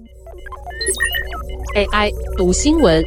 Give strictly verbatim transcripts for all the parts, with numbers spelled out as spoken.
A I 读新闻。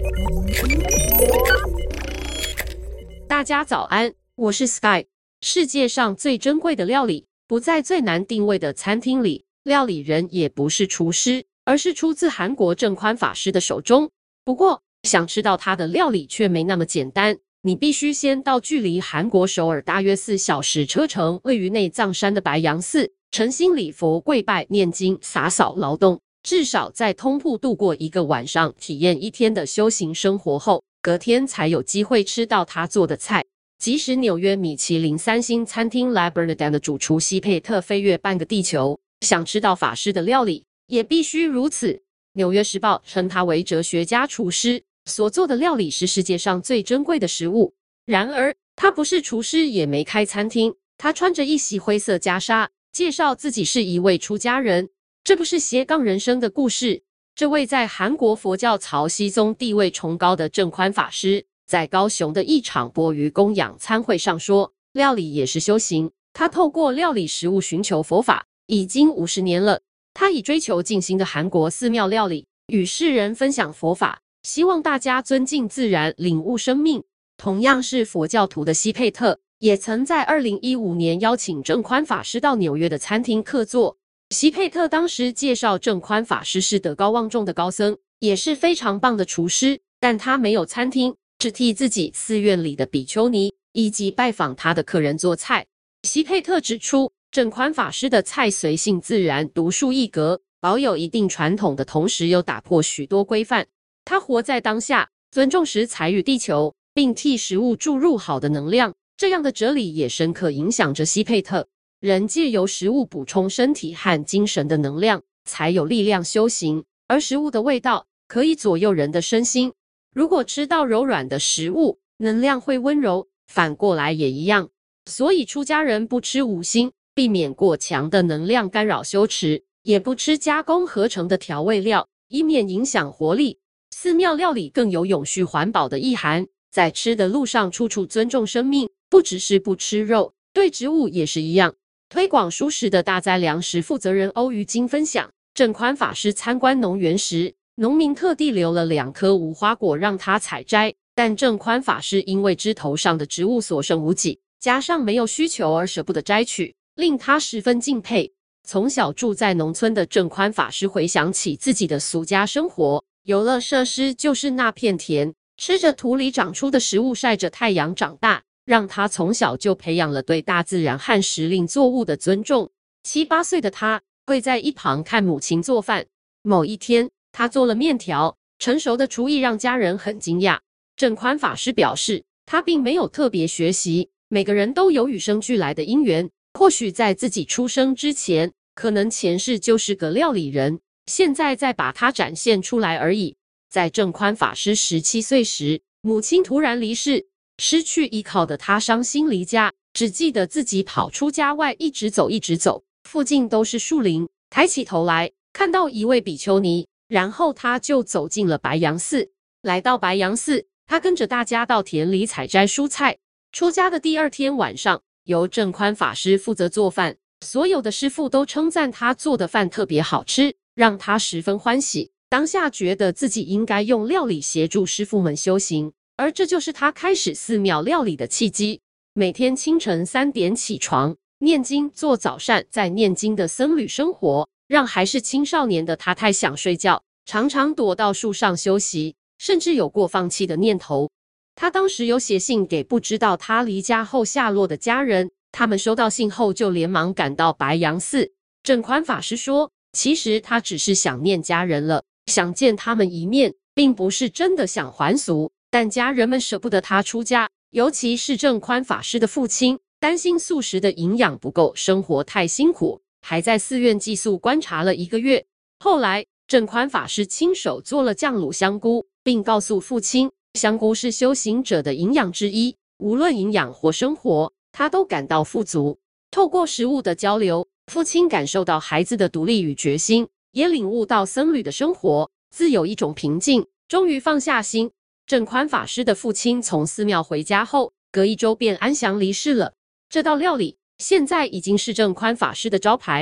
大家早安，我是 Sky。世界上最珍贵的料理，不在最难定位的餐厅里，料理人也不是厨师，而是出自韩国正宽法师的手中。不过，想吃到他的料理却没那么简单，你必须先到距离韩国首尔大约四小时车程，位于内藏山的白杨寺，诚心礼佛、跪拜、念经、洒扫劳动。至少在通铺度过一个晚上，体验一天的修行生活后，隔天才有机会吃到他做的菜。即使纽约米其林三星餐厅 La Bernardin 的主厨西佩特飞越半个地球，想吃到法师的料理，也必须如此。纽约时报称他为哲学家厨师，所做的料理是世界上最珍贵的食物。然而，他不是厨师，也没开餐厅，他穿着一袭灰色袈裟，介绍自己是一位出家人。这不是斜杠人生的故事。这位在韩国佛教曹熙宗地位崇高的正宽法师，在高雄的一场钵盂供养餐会上说，料理也是修行。他透过料理食物寻求佛法，已经五十年了。他以追求静心的韩国寺庙料理，与世人分享佛法，希望大家尊敬自然，领悟生命。同样是佛教徒的西佩特，也曾在二零一五年邀请正宽法师到纽约的餐厅客座。西佩特当时介绍正宽法师是德高望重的高僧，也是非常棒的厨师，但他没有餐厅，只替自己寺院里的比丘尼以及拜访他的客人做菜。西佩特指出，正宽法师的菜随性自然，独树一格，保有一定传统的同时又打破许多规范。他活在当下，尊重食材与地球，并替食物注入好的能量，这样的哲理也深刻影响着西佩特。人借由食物补充身体和精神的能量，才有力量修行。而食物的味道可以左右人的身心。如果吃到柔软的食物，能量会温柔，反过来也一样。所以出家人不吃五辛，避免过强的能量干扰修持，也不吃加工合成的调味料，以免影响活力。寺庙料理更有永续环保的意涵，在吃的路上处处尊重生命，不只是不吃肉，对植物也是一样。推广蔬食的大哉粮食负责人欧于金分享，正宽法师参观农园时，农民特地留了两颗无花果让他采摘，但正宽法师因为枝头上的植物所剩无几，加上没有需求而舍不得摘取，令他十分敬佩。从小住在农村的正宽法师回想起自己的俗家生活，游乐设施就是那片田，吃着土里长出的食物，晒着太阳长大，让他从小就培养了对大自然和时令作物的尊重。七八岁的他会在一旁看母亲做饭。某一天，他做了面条，成熟的厨艺让家人很惊讶。正宽法师表示，他并没有特别学习，每个人都有与生俱来的因缘。或许在自己出生之前，可能前世就是个料理人，现在再把它展现出来而已。在正宽法师十七岁时，母亲突然离世。失去依靠的他伤心离家，只记得自己跑出家外，一直走一直走，附近都是树林。抬起头来，看到一位比丘尼，然后他就走进了白杨寺。来到白杨寺，他跟着大家到田里采摘蔬菜。出家的第二天晚上，由正宽法师负责做饭，所有的师傅都称赞他做的饭特别好吃，让他十分欢喜。当下觉得自己应该用料理协助师傅们修行。而这就是他开始寺庙料理的契机。每天清晨三点起床，念经做早膳，在念经的僧侣生活，让还是青少年的他太想睡觉，常常躲到树上休息，甚至有过放弃的念头。他当时有写信给不知道他离家后下落的家人，他们收到信后就连忙赶到白杨寺。正宽法师说，其实他只是想念家人了，想见他们一面，并不是真的想还俗。但家人们舍不得他出家，尤其是正宽法师的父亲，担心素食的营养不够，生活太辛苦，还在寺院寄宿观察了一个月。后来，正宽法师亲手做了酱卤香菇，并告诉父亲，香菇是修行者的营养之一，无论营养或生活，他都感到富足。透过食物的交流，父亲感受到孩子的独立与决心，也领悟到僧侣的生活自有一种平静，终于放下心。正宽法师的父亲从寺庙回家后，隔一周便安详离世了。这道料理现在已经是正宽法师的招牌。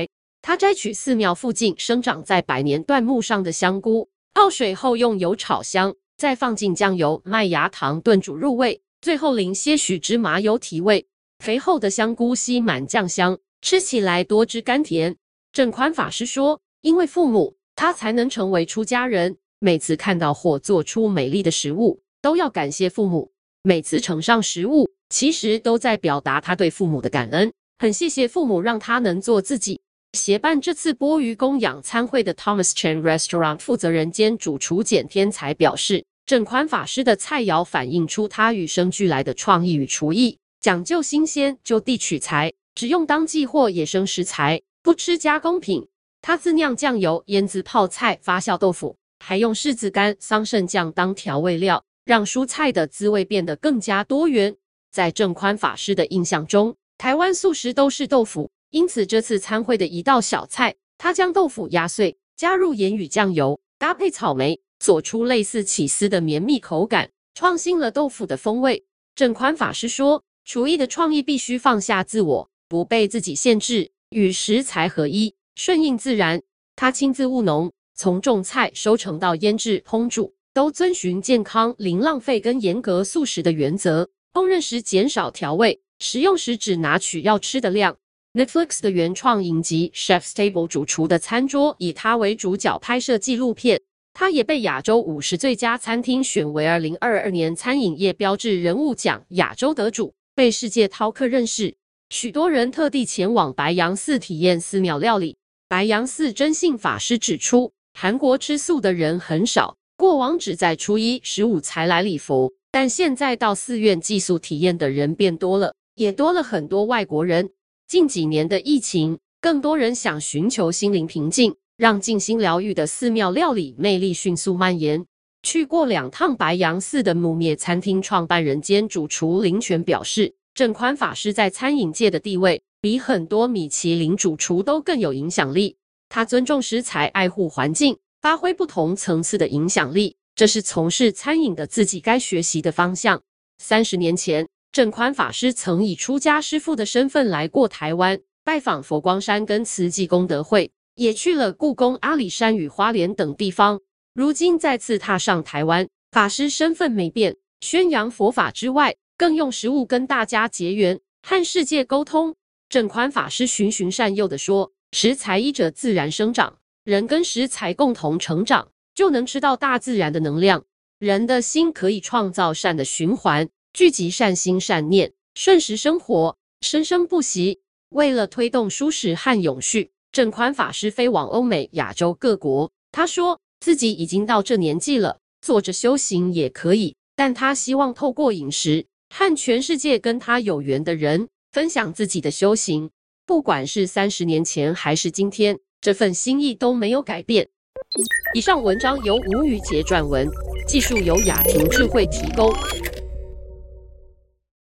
他摘取寺庙附近生长在百年椴木上的香菇，泡水后用油炒香，再放进酱油、麦芽糖炖煮入味，最后淋些许芝麻油提味。肥厚的香菇吸满酱香，吃起来多汁甘甜。正宽法师说，因为父母，他才能成为出家人。每次看到或做出美丽的食物，都要感谢父母。每次盛上食物，其实都在表达他对父母的感恩，很谢谢父母让他能做自己。协办这次钵盂供养餐会的 Thomas Chen Restaurant 负责人兼主厨简天才表示，正宽法师的菜肴反映出他与生俱来的创意与厨艺，讲究新鲜就地取材，只用当季或野生食材，不吃加工品。他自酿酱油、腌制泡菜、发酵豆腐，还用柿子干、桑葚酱当调味料，让蔬菜的滋味变得更加多元。在正宽法师的印象中，台湾素食都是豆腐。因此，这次参会的一道小菜，他将豆腐压碎，加入盐与酱油，搭配草莓，做出类似起司的绵密口感，创新了豆腐的风味。正宽法师说，厨艺的创意必须放下自我，不被自己限制，与食材合一，顺应自然。他亲自务农，从种菜、收成到腌制、烹煮，都遵循健康、零浪费跟严格素食的原则。烹饪时减少调味，食用时只拿取要吃的量。Netflix 的原创影集 Chef's Table 主厨的餐桌以他为主角拍摄纪录片，他也被亚洲五十最佳餐厅选为二零二二年餐饮业标志人物奖亚洲得主，被世界饕客认识。许多人特地前往白杨寺体验寺庙料理。白杨寺真信法师指出，韩国吃素的人很少，过往只在初一、十五才来礼佛，但现在到寺院祭素体验的人变多了，也多了很多外国人。近几年的疫情，更多人想寻求心灵平静，让静心疗愈的寺庙料理魅力迅速蔓延。去过两趟白杨寺的木灭餐厅创办人兼主厨林泉表示，正宽法师在餐饮界的地位比很多米其林主厨都更有影响力。他尊重食材，爱护环境，发挥不同层次的影响力，这是从事餐饮的自己该学习的方向。三十年前，正宽法师曾以出家师父的身份来过台湾，拜访佛光山跟慈济功德会，也去了故宫、阿里山与花莲等地方。如今再次踏上台湾，法师身份没变，宣扬佛法之外，更用食物跟大家结缘，和世界沟通。正宽法师循循善诱地说，食材依着自然生长，人跟食材共同成长，就能吃到大自然的能量。人的心可以创造善的循环，聚集善心善念，顺时生活，生生不息。为了推动蔬食和永续，正宽法师飞往欧美、亚洲各国。他说自己已经到这年纪了，坐着修行也可以，但他希望透过饮食，和全世界跟他有缘的人分享自己的修行。不管是三十年前还是今天，这份心意都没有改变。以上文章由吴宇杰撰文，技术由雅婷智慧提供。